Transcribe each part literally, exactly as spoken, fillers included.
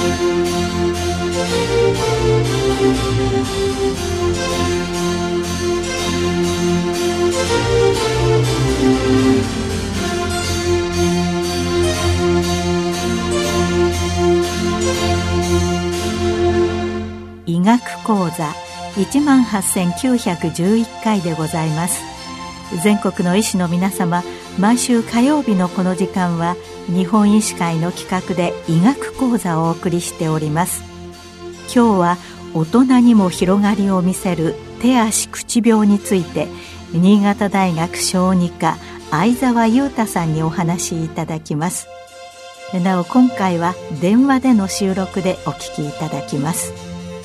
医学講座 いちまんはっせんきゅうひゃくじゅういっかいでございます。全国の医師の皆様、毎週火曜日のこの時間は日本医師会の企画で医学講座をお送りしております。今日は大人にも広がりを見せる手足口病について、新潟大学小児科相沢裕太さんにお話しいただきます。なお今回は電話での収録でお聞きいただきます。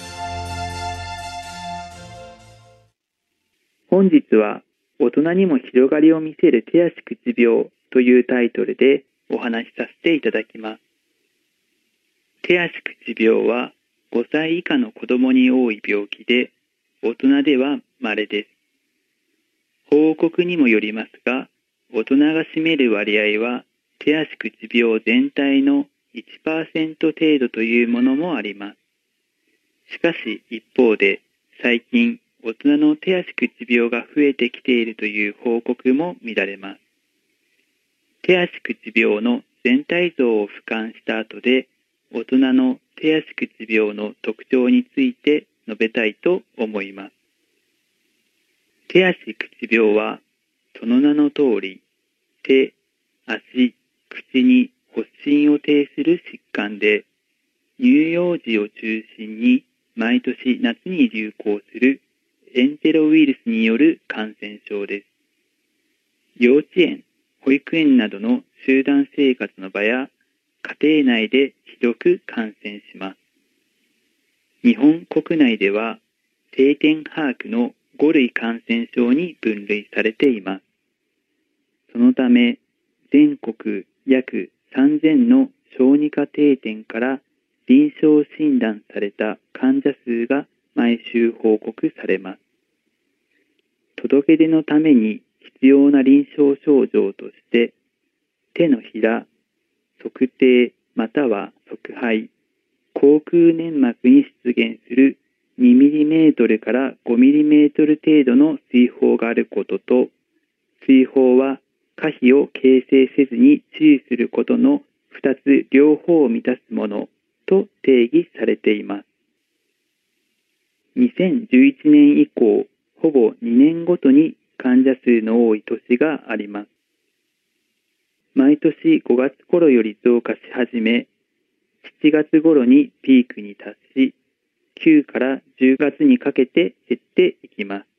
本日は大人にも広がりを見せる手足口病というタイトルでお話しさせていただきます。手足口病はごさい以下の子供に多い病気で、大人では稀です。報告にもよりますが、大人が占める割合は手足口病全体の いちパーセント 程度というものもあります。しかし一方で、最近大人の手足口病が増えてきているという報告も見られます。手足口病の全体像を俯瞰した後で、大人の手足口病の特徴について述べたいと思います。手足口病は、その名の通り、手、足、口に発疹を呈する疾患で、乳幼児を中心に毎年夏に流行するエンテロウイルスによる感染症です。幼稚園、保育園などの集団生活の場や家庭内で広く感染します。日本国内では定点把握のご類感染症に分類されています。そのため、全国約さんぜんの小児科定点から臨床診断された患者数が毎週報告されます。届け出のために必要な臨床症状として、手のひら、足底または足背、口腔粘膜に出現するにミリメートルからごミリメートル程度の水疱があることと、水疱は下皮を形成せずに治癒することのふたつ両方を満たすものと定義されています。にせんじゅういちねん以降、ほぼにねんごとに患者数の多い年があります。毎年ごがつ頃より増加し始め、しちがつ頃にピークに達し、きゅうからじゅうがつにかけて減っていきます。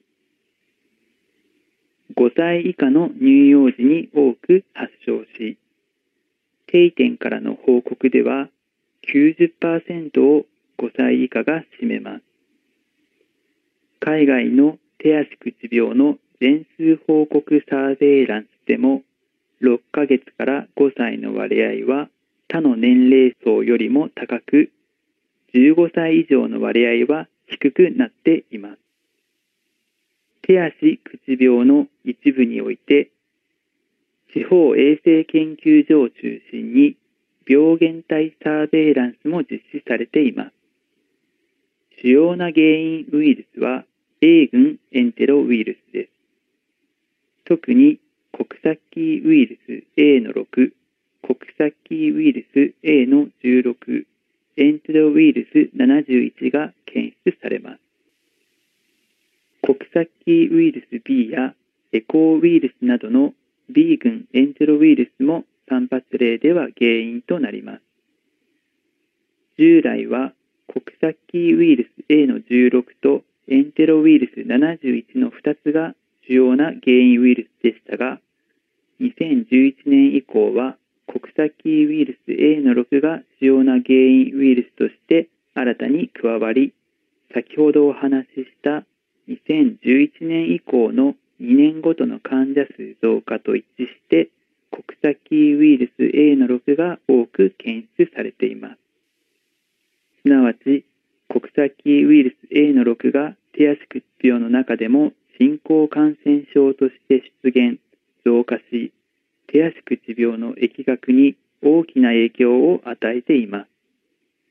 ごさい以下の乳幼児に多く発症し、定点からの報告では きゅうじゅっパーセント をごさい以下が占めます。海外の手足口病の全数報告サーベイランスでも、ろっかげつからごさいの割合は他の年齢層よりも高く、じゅうごさい以上の割合は低くなっています。手足口病の一部において、地方衛生研究所を中心に病原体サーベイランスも実施されています。主要な原因ウイルスは A 群エンテロウイルスです。特にコクサッキーウイルス エー のろく、コクサッキーウイルス エー のじゅうろく、エンテロウイルスななじゅういちが検出されます。コクサッキーウイルス B やエコーウイルスなどの B 群エンテロウイルスも散発例では原因となります。従来はコクサッキーウイルス エー のじゅうろくとエンテロウイルスななじゅういちのふたつが主要な原因ウイルスでしたが、にせんじゅういちねん以降はコクサッキーウイルス エー のろくが主要な原因ウイルスとして新たに加わり、先ほどお話ししたにせんじゅういちねん以降のにねんごとの患者数増加と一致して、コクサッキーウイルス エー のろくが多く検出されています。すなわち、コクサッキーウイルス エー のろくが手足口病の中でも新興感染症として出現、増加し、手足口病の疫学に大きな影響を与えています。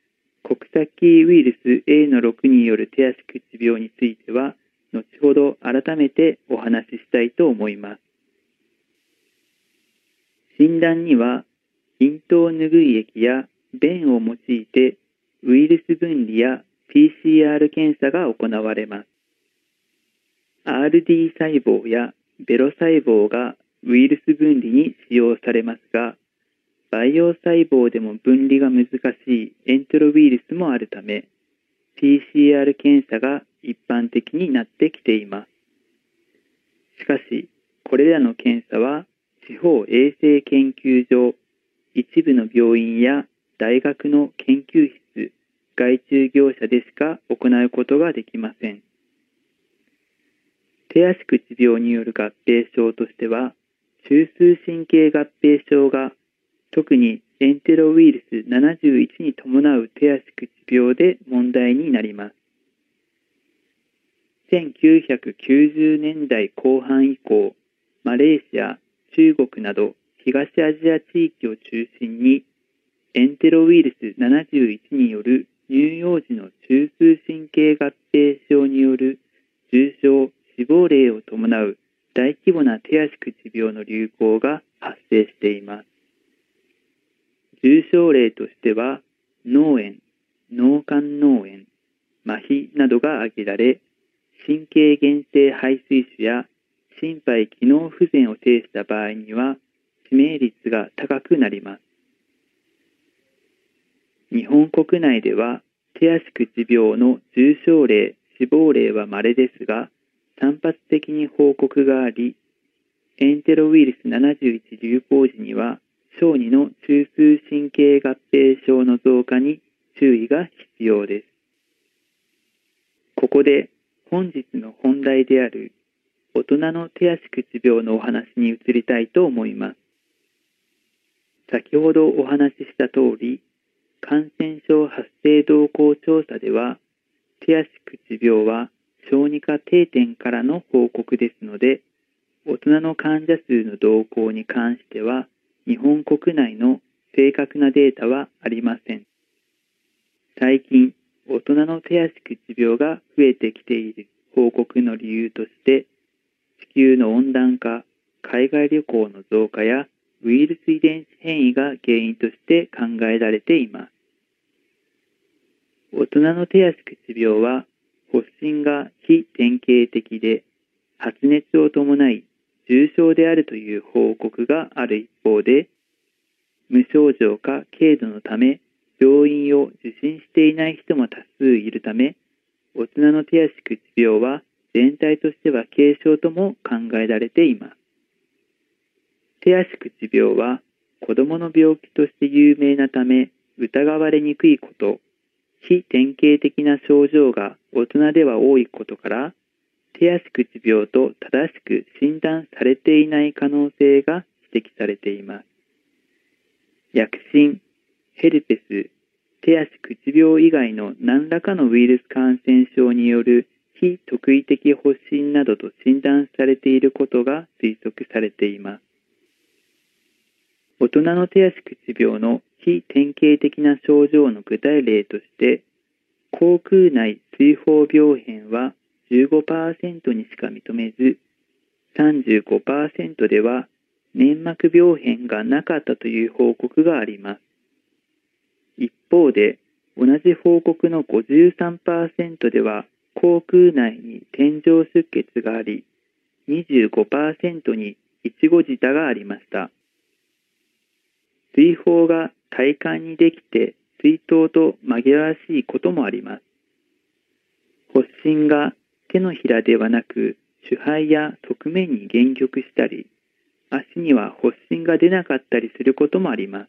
コクサキーウイルス エーのろく による手足口病については、後ほど改めてお話ししたいと思います。診断には、咽頭拭い液や便を用いてウイルス分離や ピーシーアール 検査が行われます。アールディー 細胞やベロ細胞がウイルス分離に使用されますが、培養細胞でも分離が難しいエンテロウイルスもあるため、ピーシーアール 検査が一般的になってきています。しかし、これらの検査は地方衛生研究所、一部の病院や大学の研究室、外注業者でしか行うことができません。手足口病による合併症としては、中枢神経合併症が特にエンテロウイルスななじゅういちに伴う手足口病で問題になります。せんきゅうひゃくきゅうじゅうねんだいこう半以降、マレーシア、中国など東アジア地域を中心にエンテロウイルスななじゅういちによる乳幼児の中枢神経合併症による重症死亡例を伴う大規模な手足口病の流行が発生しています。重症例としては脳炎、脳幹脳炎、麻痺などが挙げられ、神経原性肺水腫や心肺機能不全を呈した場合には致命率が高くなります。日本国内では手足口病の重症例、死亡例は稀ですが、散発的に報告があり、エンテロウイルスななじゅういち流行時には小児の中枢神経合併症の増加に注意が必要です。ここで本日の本題である大人の手足口病のお話に移りたいと思います。先ほどお話しした通り、感染症発生動向調査では、手足口病は小児科定点からの報告ですので、大人の患者数の動向に関しては、日本国内の正確なデータはありません。最近、大人の手足口病が増えてきている報告の理由として、地球の温暖化、海外旅行の増加やウイルス遺伝子変異が原因として考えられています。大人の手足口病は発疹が非典型的で発熱を伴い重症であるという報告がある一方で、無症状か軽度のため病院を受診していない人も多数いるため、大人の手足口病は全体としては軽症とも考えられています。手足口病は子供の病気として有名なため疑われにくいこと、非典型的な症状が大人では多いことから、手足口病と正しく診断されていない可能性が指摘されています。薬疹、ヘルペス、手足口病以外の何らかのウイルス感染症による非特異的発疹などと診断されていることが推測されています。大人の手足口病の非典型的な症状の具体例として、口腔内水疱病変は じゅうごパーセント にしか認めず、さんじゅうごパーセント では粘膜病変がなかったという報告があります。一方で、同じ報告の ごじゅうさんパーセント では口腔内に点状出血があり、にじゅうごパーセント にいちご舌がありました。水疱が体幹にできて水筒と紛らわしいこともあります。発疹が手のひらではなく手肺や側面に限局したり、足には発疹が出なかったりすることもあります。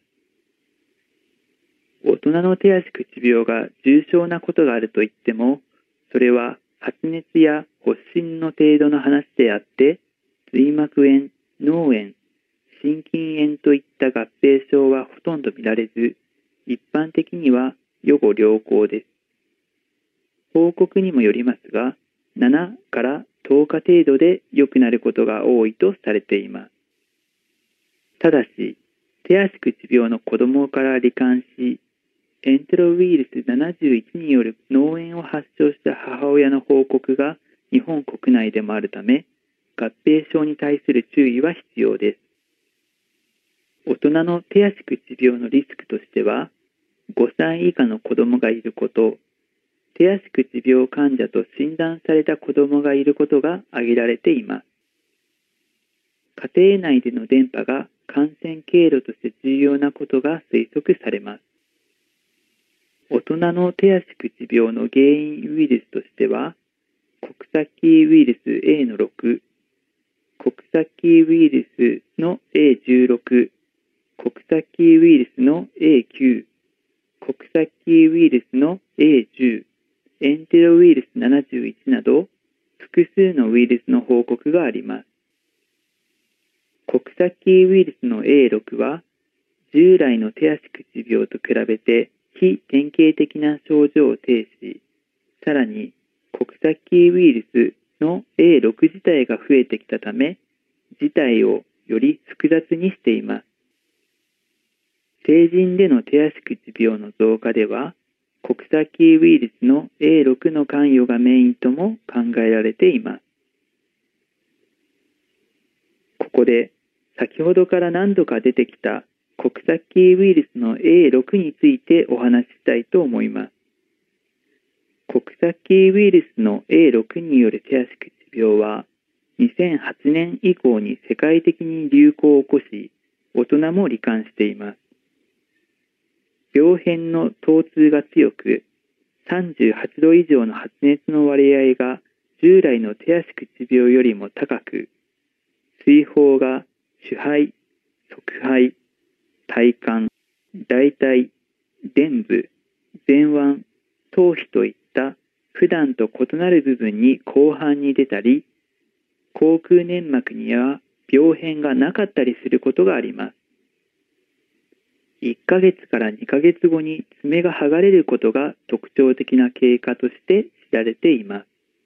大人の手足口病が重症なことがあるといっても、それは発熱や発疹の程度の話であって、髄膜炎、脳炎、心筋炎といった合併症はほとんど見られず、一般的には予後良好です。報告にもよりますが、ななからとおか程度で良くなることが多いとされています。ただし、手足口病の子供から罹患し、 エンテロウイルスななじゅういちによる脳炎を発症した母親の報告が日本国内でもあるため、合併症に対する注意は必要です。大人の手足口病のリスクとしては、ごさい以下の子供がいること、手足口病患者と診断された子供がいることが挙げられています。家庭内での伝播が感染経路として重要なことが推測されます。大人の手足口病の原因ウイルスとしては、コクサキーウイルス エーのろく、コクサキーウイルスの エーじゅうろく、コクサキーウイルスの エーきゅう、コクサキーウイルスの エーじゅう、エンテロウイルスななじゅういちなど、複数のウイルスの報告があります。コクサキーウイルスの エーろく は、従来の手足口病と比べて非典型的な症状を呈し、さらにコクサキーウイルスの エーろく 自体が増えてきたため、事態をより複雑にしています。成人での手足口病の増加では、コクサキーウイルスの エーろく の関与がメインとも考えられています。ここで先ほどから何度か出てきたコクサキーウイルスの エーろく についてお話ししたいと思います。コクサキーウイルスの エーろく による手足口病はにせんはちねん以降に世界的に流行を起こし、大人も罹患しています。病変の疼痛が強く、さんじゅうはちど以上の発熱の割合が従来の手足口病よりも高く、水疱が手肺、側肺、体幹、大腿、臀部、前腕、頭皮といった普段と異なる部分に広範に出たり、口腔粘膜には病変がなかったりすることがあります。いっかげつからにかげつごに爪が剥がれることが特徴的な経過として知られています。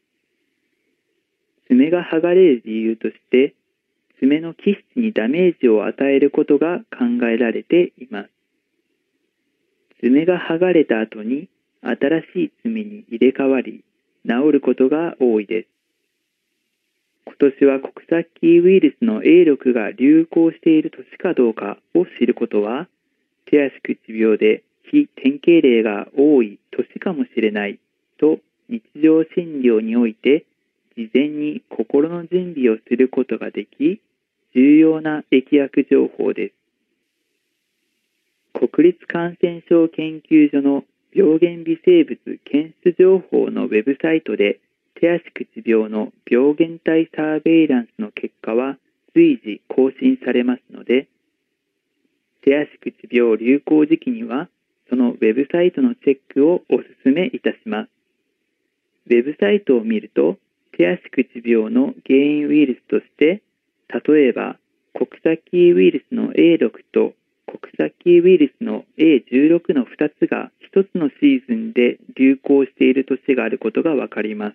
爪が剥がれる理由として、爪の基質にダメージを与えることが考えられています。爪が剥がれた後に新しい爪に入れ替わり、治ることが多いです。今年はコクサキーウイルスの エーろく が流行している年かどうかを知ることは、手足口病で非典型例が多い年かもしれないと日常診療において事前に心の準備をすることができ、重要な疫学情報です。国立感染症研究所の病原微生物検出情報のウェブサイトで手足口病の病原体サーベイランスの結果は随時更新されますので、手足口病流行時期にはそのウェブサイトのチェックをお勧めいたします。ウェブサイトを見ると、手足口病の原因ウイルスとして、例えばコクサキーウイルスの エーろく とコクサキーウイルスの エーじゅうろく のふたつがひとつのシーズンで流行している年があることがわかります。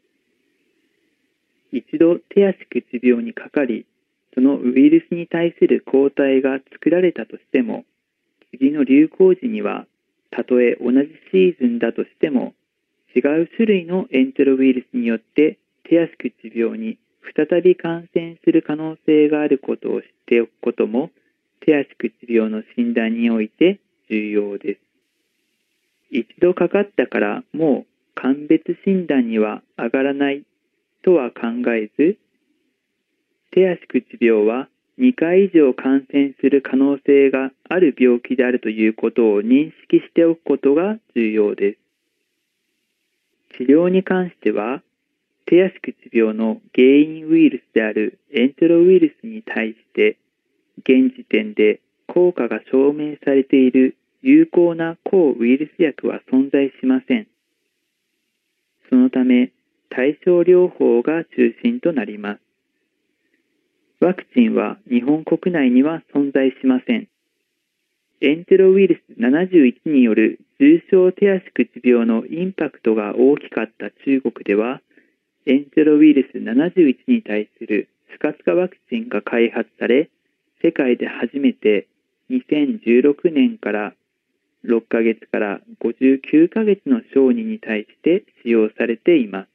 一度手足口病にかかり、そのウイルスに対する抗体が作られたとしても、次の流行時には、たとえ同じシーズンだとしても、違う種類のエンテロウイルスによって手足口病に再び感染する可能性があることを知っておくことも、手足口病の診断において重要です。一度かかったからもう鑑別診断には上がらないとは考えず、手足口病はにかい以上感染する可能性がある病気であるということを認識しておくことが重要です。治療に関しては、手足口病の原因ウイルスであるエンテロウイルスに対して、現時点で効果が証明されている有効な抗ウイルス薬は存在しません。そのため、対症療法が中心となります。ワクチンは日本国内には存在しません。エンテロウイルスななじゅういちによる重症手足口病のインパクトが大きかった中国では、エンテロウイルスななじゅういちに対するスカツカワクチンが開発され、世界で初めてにせんじゅうろくねんからろっかげつからごじゅうきゅうかげつの小児に対して使用されています。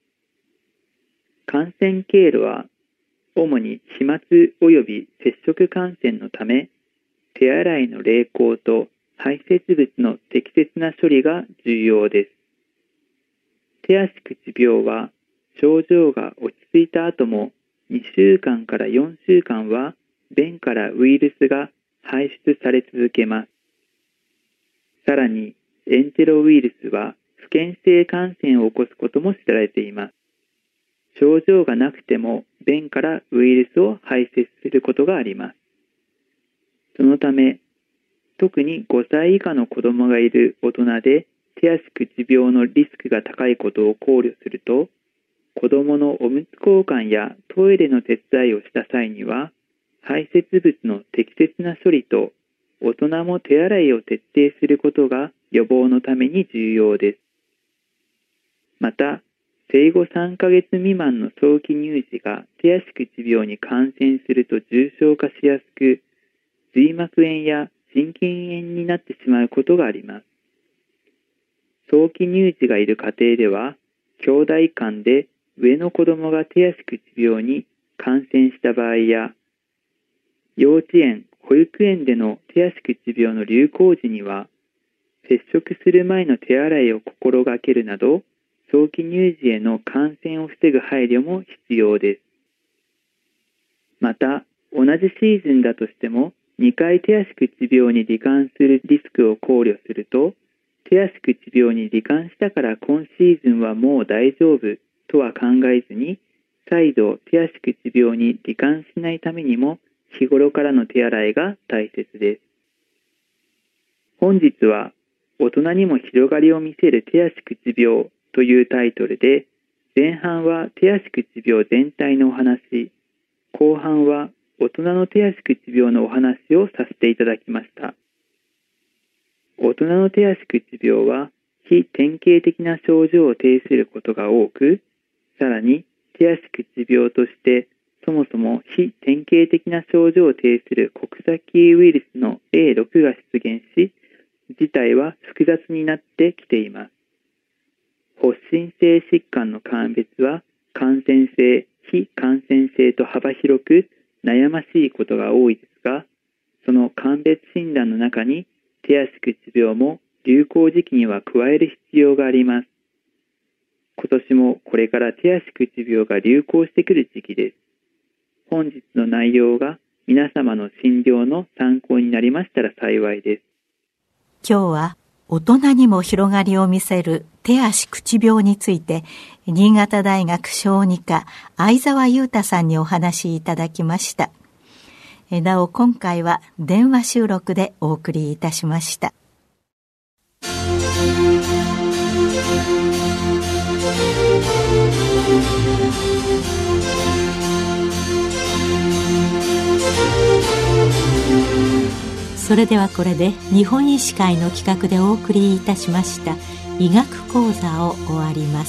感染経路は主に飛沫及び接触感染のため、手洗いの励行と排泄物の適切な処理が重要です。手足口病は症状が落ち着いた後もにしゅうかんからよんしゅうかんは便からウイルスが排出され続けます。さらにエンテロウイルスは不検性感染を起こすことも知られています。症状がなくても便からウイルスを排泄することがあります。そのため、特にごさい以下の子供がいる大人で手足口病のリスクが高いことを考慮すると、子供のおむつ交換やトイレの手伝いをした際には、排泄物の適切な処理と大人も手洗いを徹底することが予防のために重要です。また、生後さんかげつ未満の早期乳児が手足口病に感染すると重症化しやすく、髄膜炎や心筋炎になってしまうことがあります。早期乳児がいる家庭では、兄弟間で上の子供が手足口病に感染した場合や、幼稚園、保育園での手足口病の流行時には、接触する前の手洗いを心がけるなど、早期乳児への感染を防ぐ配慮も必要です。また、同じシーズンだとしても、にかい手足口病に罹患するリスクを考慮すると、手足口病に罹患したから今シーズンはもう大丈夫とは考えずに、再度手足口病に罹患しないためにも、日頃からの手洗いが大切です。本日は、大人にも広がりを見せる手足口病というタイトルで、前半は手足口病全体のお話、後半は大人の手足口病のお話をさせていただきました。大人の手足口病は非典型的な症状を呈することが多く、さらに手足口病としてそもそも非典型的な症状を呈するコクサキーウイルスの エーろく が出現し、事態は複雑になってきています。発疹性疾患の鑑別は感染性、非感染性と幅広く悩ましいことが多いですが、その鑑別診断の中に手足口病も流行時期には加える必要があります。今年もこれから手足口病が流行してくる時期です。本日の内容が皆様の診療の参考になりましたら幸いです。 今日は大人にも広がりを見せる手足口病について、新潟大学小児科相沢裕太さんにお話しいただきました。なお今回は電話収録でお送りいたしました。それではこれで日本医師会の企画でお送りいたしました医学講座を終わります。